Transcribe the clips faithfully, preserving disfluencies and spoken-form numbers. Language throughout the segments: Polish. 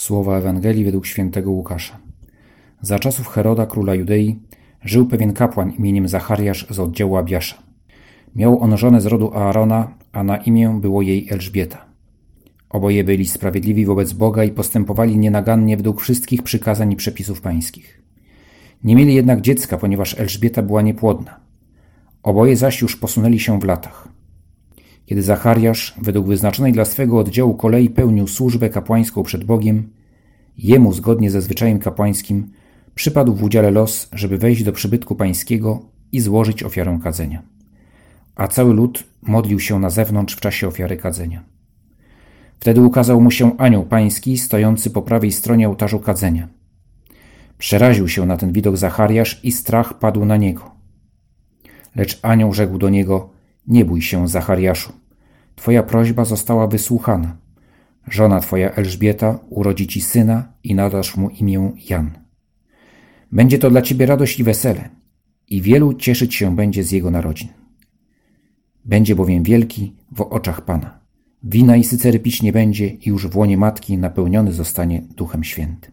Słowa Ewangelii według świętego Łukasza. Za czasów Heroda, króla Judei, żył pewien kapłan imieniem Zachariasz z oddziału Abiasza. Miał on żonę z rodu Aarona, a na imię było jej Elżbieta. Oboje byli sprawiedliwi wobec Boga i postępowali nienagannie według wszystkich przykazań i przepisów pańskich. Nie mieli jednak dziecka, ponieważ Elżbieta była niepłodna. Oboje zaś już posunęli się w latach. Kiedy Zachariasz, według wyznaczonej dla swego oddziału kolei, pełnił służbę kapłańską przed Bogiem, jemu, zgodnie ze zwyczajem kapłańskim, przypadł w udziale los, żeby wejść do przybytku pańskiego i złożyć ofiarę kadzenia. A cały lud modlił się na zewnątrz w czasie ofiary kadzenia. Wtedy ukazał mu się anioł pański, stojący po prawej stronie ołtarzu kadzenia. Przeraził się na ten widok Zachariasz i strach padł na niego. Lecz anioł rzekł do niego: nie bój się, Zachariaszu, twoja prośba została wysłuchana. Żona twoja Elżbieta urodzi ci syna i nadasz mu imię Jan. Będzie to dla ciebie radość i wesele, i wielu cieszyć się będzie z jego narodzin. Będzie bowiem wielki w oczach Pana. Wina i sycery pić nie będzie i już w łonie matki napełniony zostanie Duchem Świętym.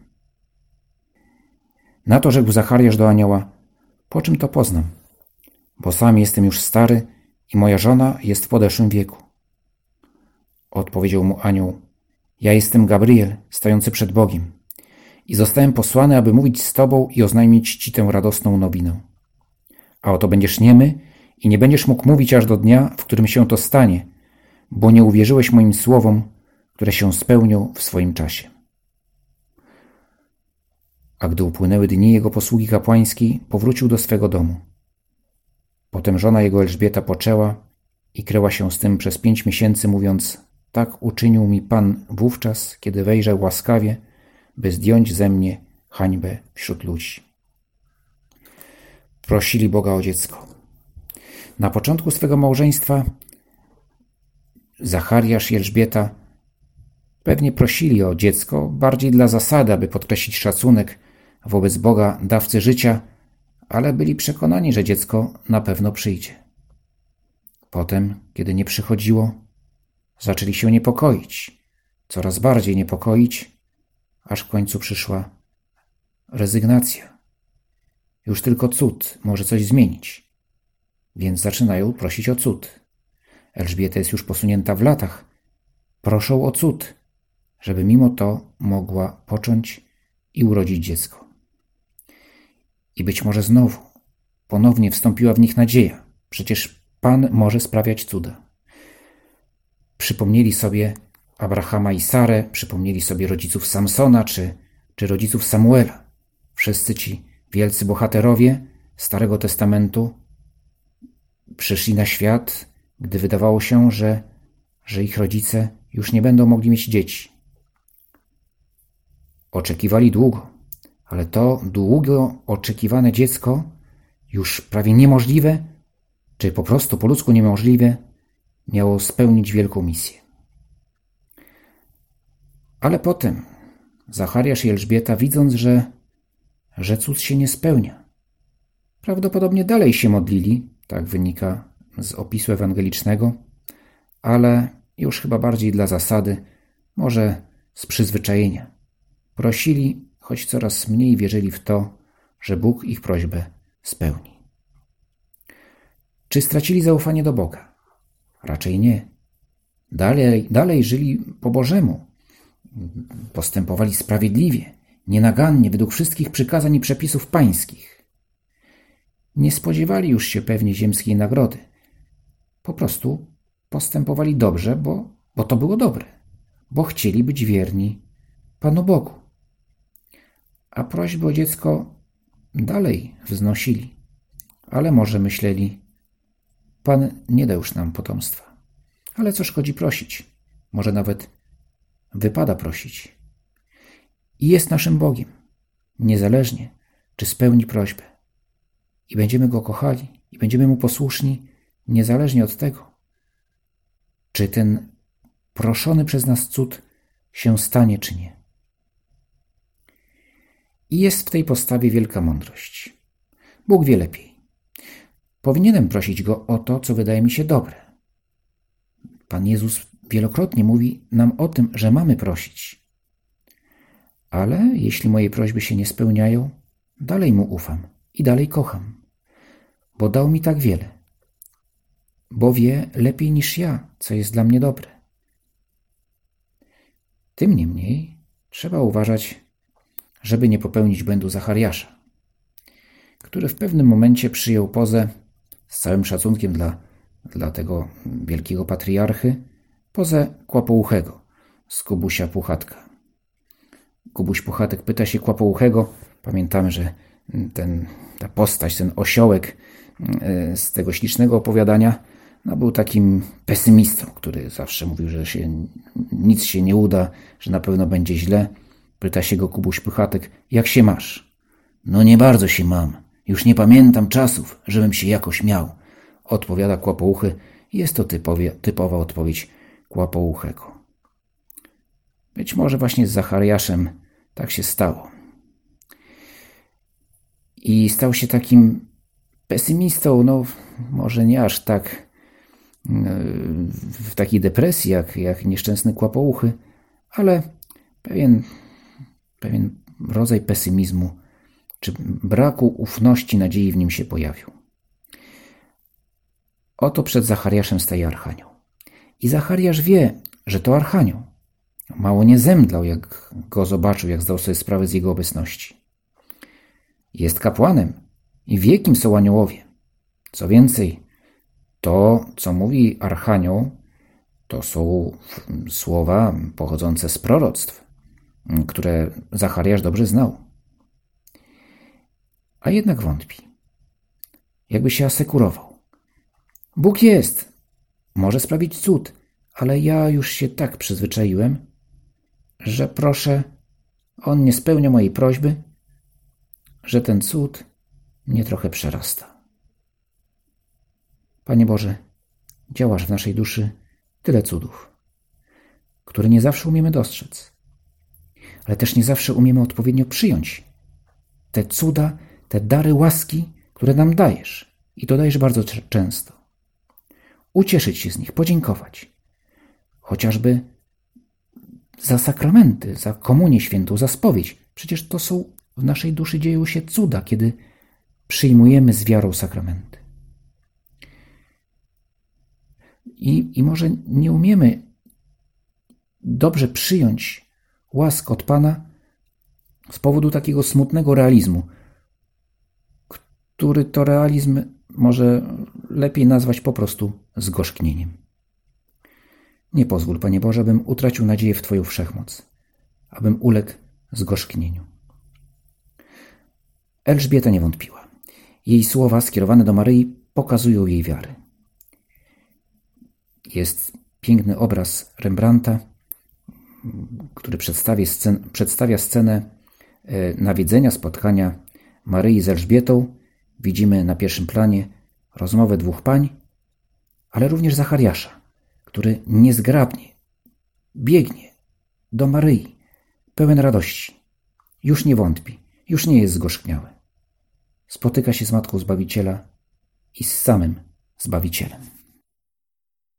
Na to rzekł Zachariasz do anioła: po czym to poznam? Bo sam jestem już stary i moja żona jest w podeszłym wieku. Odpowiedział mu anioł: ja jestem Gabriel, stojący przed Bogiem i zostałem posłany, aby mówić z tobą i oznajmić ci tę radosną nowinę. A oto będziesz niemy i nie będziesz mógł mówić aż do dnia, w którym się to stanie, bo nie uwierzyłeś moim słowom, które się spełnią w swoim czasie. A gdy upłynęły dni jego posługi kapłańskiej, powrócił do swego domu. Potem żona jego Elżbieta poczęła i kryła się z tym przez pięć miesięcy, mówiąc: tak uczynił mi Pan wówczas, kiedy wejrzał łaskawie, by zdjąć ze mnie hańbę wśród ludzi. Prosili Boga o dziecko. Na początku swego małżeństwa Zachariasz i Elżbieta pewnie prosili o dziecko bardziej dla zasady, aby podkreślić szacunek wobec Boga, dawcy życia, ale byli przekonani, że dziecko na pewno przyjdzie. Potem, kiedy nie przychodziło, zaczęli się niepokoić, coraz bardziej niepokoić, aż w końcu przyszła rezygnacja. Już tylko cud może coś zmienić, więc zaczynają prosić o cud. Elżbieta jest już posunięta w latach. Proszą o cud, żeby mimo to mogła począć i urodzić dziecko. I być może znowu, ponownie wstąpiła w nich nadzieja. Przecież Pan może sprawiać cuda. Przypomnieli sobie Abrahama i Sarę, przypomnieli sobie rodziców Samsona czy, czy rodziców Samuela. Wszyscy ci wielcy bohaterowie Starego Testamentu przyszli na świat, gdy wydawało się, że, że ich rodzice już nie będą mogli mieć dzieci. Oczekiwali długo, ale to długo oczekiwane dziecko, już prawie niemożliwe, czy po prostu po ludzku niemożliwe, miało spełnić wielką misję. Ale potem Zachariasz i Elżbieta, widząc, że, że cud się nie spełnia, prawdopodobnie dalej się modlili, tak wynika z opisu ewangelicznego, ale już chyba bardziej dla zasady, może z przyzwyczajenia. Prosili, choć coraz mniej wierzyli w to, że Bóg ich prośbę spełni. Czy stracili zaufanie do Boga? Raczej nie. Dalej, dalej żyli po Bożemu. Postępowali sprawiedliwie, nienagannie, według wszystkich przykazań i przepisów pańskich. Nie spodziewali już się pewnie ziemskiej nagrody. Po prostu postępowali dobrze, bo, bo to było dobre, bo chcieli być wierni Panu Bogu. A prośby o dziecko dalej wznosili, ale może myśleli: Pan nie da już nam potomstwa, ale co szkodzi prosić? Może nawet wypada prosić. I jest naszym Bogiem, niezależnie czy spełni prośbę. I będziemy Go kochali i będziemy Mu posłuszni, niezależnie od tego, czy ten proszony przez nas cud się stanie, czy nie. I jest w tej postawie wielka mądrość. Bóg wie lepiej. Powinienem prosić Go o to, co wydaje mi się dobre. Pan Jezus wielokrotnie mówi nam o tym, że mamy prosić. Ale jeśli moje prośby się nie spełniają, dalej mu ufam i dalej kocham, bo dał mi tak wiele, bo wie lepiej niż ja, co jest dla mnie dobre. Tym niemniej trzeba uważać, żeby nie popełnić błędu Zachariasza, który w pewnym momencie przyjął pozę, z całym szacunkiem dla, dla tego wielkiego patriarchy, pozę Kłapouchego z Kubusia Puchatka. Kubuś Puchatek pyta się Kłapouchego, pamiętamy, że ten, ta postać, ten osiołek z tego ślicznego opowiadania, no był takim pesymistą, który zawsze mówił, że się, nic się nie uda, że na pewno będzie źle. Pyta się go Kubuś Puchatek, jak się masz? No nie bardzo się mam. Już nie pamiętam czasów, żebym się jakoś miał. Odpowiada Kłapouchy. Jest to typowie, typowa odpowiedź Kłapouchego. Być może właśnie z Zachariaszem tak się stało. I stał się takim pesymistą, no może nie aż tak w takiej depresji jak, jak nieszczęsny Kłapouchy, ale pewien, pewien rodzaj pesymizmu czy braku ufności, nadziei w nim się pojawił. Oto przed Zachariaszem staje Archanioł. I Zachariasz wie, że to Archanioł. Mało nie zemdlał, jak go zobaczył, jak zdał sobie sprawę z jego obecności. Jest kapłanem i wie, kim są aniołowie. Co więcej, to, co mówi Archanioł, to są słowa pochodzące z proroctw, które Zachariasz dobrze znał. A jednak wątpi. Jakby się asekurował. Bóg jest, może sprawić cud, ale ja już się tak przyzwyczaiłem, że proszę, On nie spełnia mojej prośby, że ten cud mnie trochę przerasta. Panie Boże, działasz w naszej duszy tyle cudów, które nie zawsze umiemy dostrzec, ale też nie zawsze umiemy odpowiednio przyjąć te cuda, te dary łaski, które nam dajesz i to dajesz bardzo często. Ucieszyć się z nich, podziękować. Chociażby za sakramenty, za komunię świętą, za spowiedź. Przecież to są, w naszej duszy dzieją się cuda, kiedy przyjmujemy z wiarą sakramenty. I, I może nie umiemy dobrze przyjąć łask od Pana z powodu takiego smutnego realizmu, który to realizm może lepiej nazwać po prostu zgorzknieniem. Nie pozwól, Panie Boże, abym utracił nadzieję w Twoją wszechmoc, abym uległ zgorzknieniu. Elżbieta nie wątpiła. Jej słowa skierowane do Maryi pokazują jej wiarę. Jest piękny obraz Rembrandta, który przedstawia, scen- przedstawia scenę nawiedzenia, spotkania Maryi z Elżbietą. Widzimy na pierwszym planie rozmowę dwóch pań, ale również Zachariasza, który niezgrabnie biegnie do Maryi, pełen radości. Już nie wątpi, już nie jest zgorzkniały. Spotyka się z Matką Zbawiciela i z samym Zbawicielem.